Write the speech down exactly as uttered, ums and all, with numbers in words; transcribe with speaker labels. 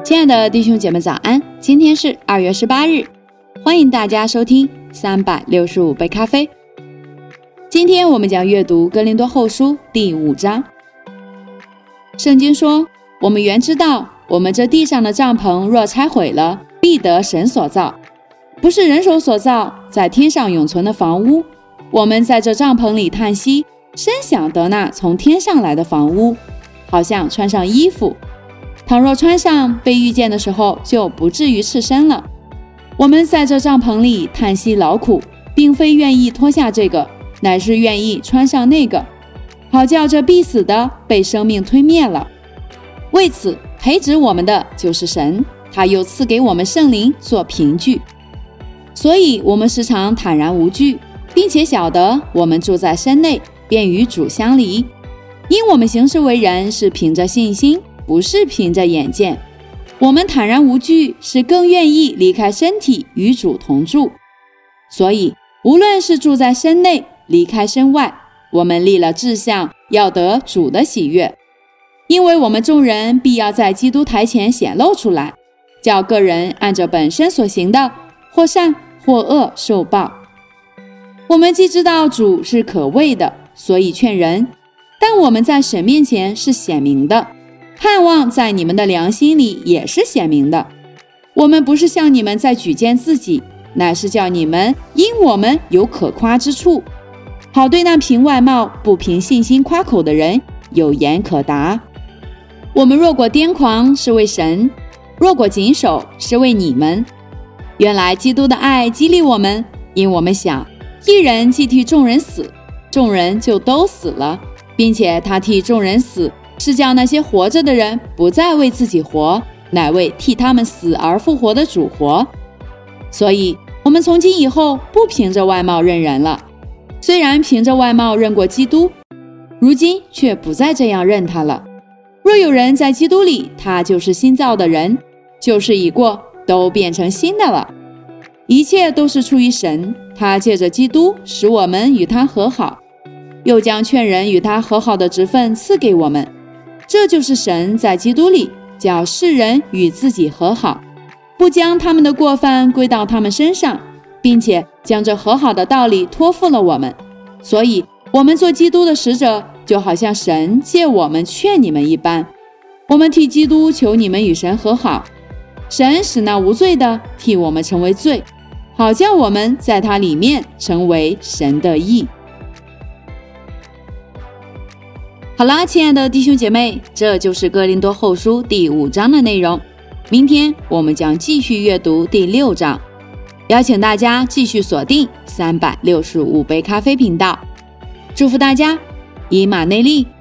Speaker 1: 亲爱的弟兄姐妹早安，今天是二月十八日，欢迎大家收听三百六十五杯咖啡。今天我们将阅读哥林多后书第五章。圣经说，我们原知道，我们这地上的帐篷若拆毁了，必得神所造，不是人手所造，在天上永存的房屋。我们在这帐篷里叹息，深想得那从天上来的房屋，好像穿上衣服，倘若穿上，被遇见的时候就不至于赤身了。我们在这帐篷里叹息劳苦，并非愿意脱下这个，乃是愿意穿上那个，好叫这必死的被生命吞灭了。为此培植我们的就是神，他又赐给我们圣灵做凭据，所以我们时常坦然无惧，并且晓得我们住在身内，便与主相离。因我们行事为人是凭着信心，不是凭着眼见。我们坦然无惧，是更愿意离开身体与主同住。所以无论是住在身内，离开身外，我们立了志向，要得主的喜悦。因为我们众人必要在基督台前显露出来，叫个人按着本身所行的，或善或恶受报。我们既知道主是可畏的，所以劝人，但我们在神面前是显明的，盼望在你们的良心里也是显明的。我们不是向你们在举荐自己，乃是叫你们因我们有可夸之处，好对那凭外貌不凭信心夸口的人有言可答。我们若果癫狂，是为神；若果谨守，是为你们。原来基督的爱激励我们，因我们想，一人既替众人死，众人就都死了，并且他替众人死，是叫那些活着的人不再为自己活，乃为替他们死而复活的主活。所以我们从今以后不凭着外貌认人了，虽然凭着外貌认过基督，如今却不再这样认他了。若有人在基督里，他就是新造的人，旧事已过，都变成新的了。一切都是出于神，他借着基督使我们与他和好，又将劝人与他和好的职分赐给我们。这就是神在基督里叫世人与自己和好，不将他们的过犯归到他们身上，并且将这和好的道理托付了我们。所以我们做基督的使者，就好像神借我们劝你们一般。我们替基督求你们与神和好，神使那无罪的替我们成为罪，好叫我们在他里面成为神的义。好啦，亲爱的弟兄姐妹，这就是哥林多后书第五章的内容。明天我们将继续阅读第六章，邀请大家继续锁定三百六十五杯咖啡频道。祝福大家以马内利、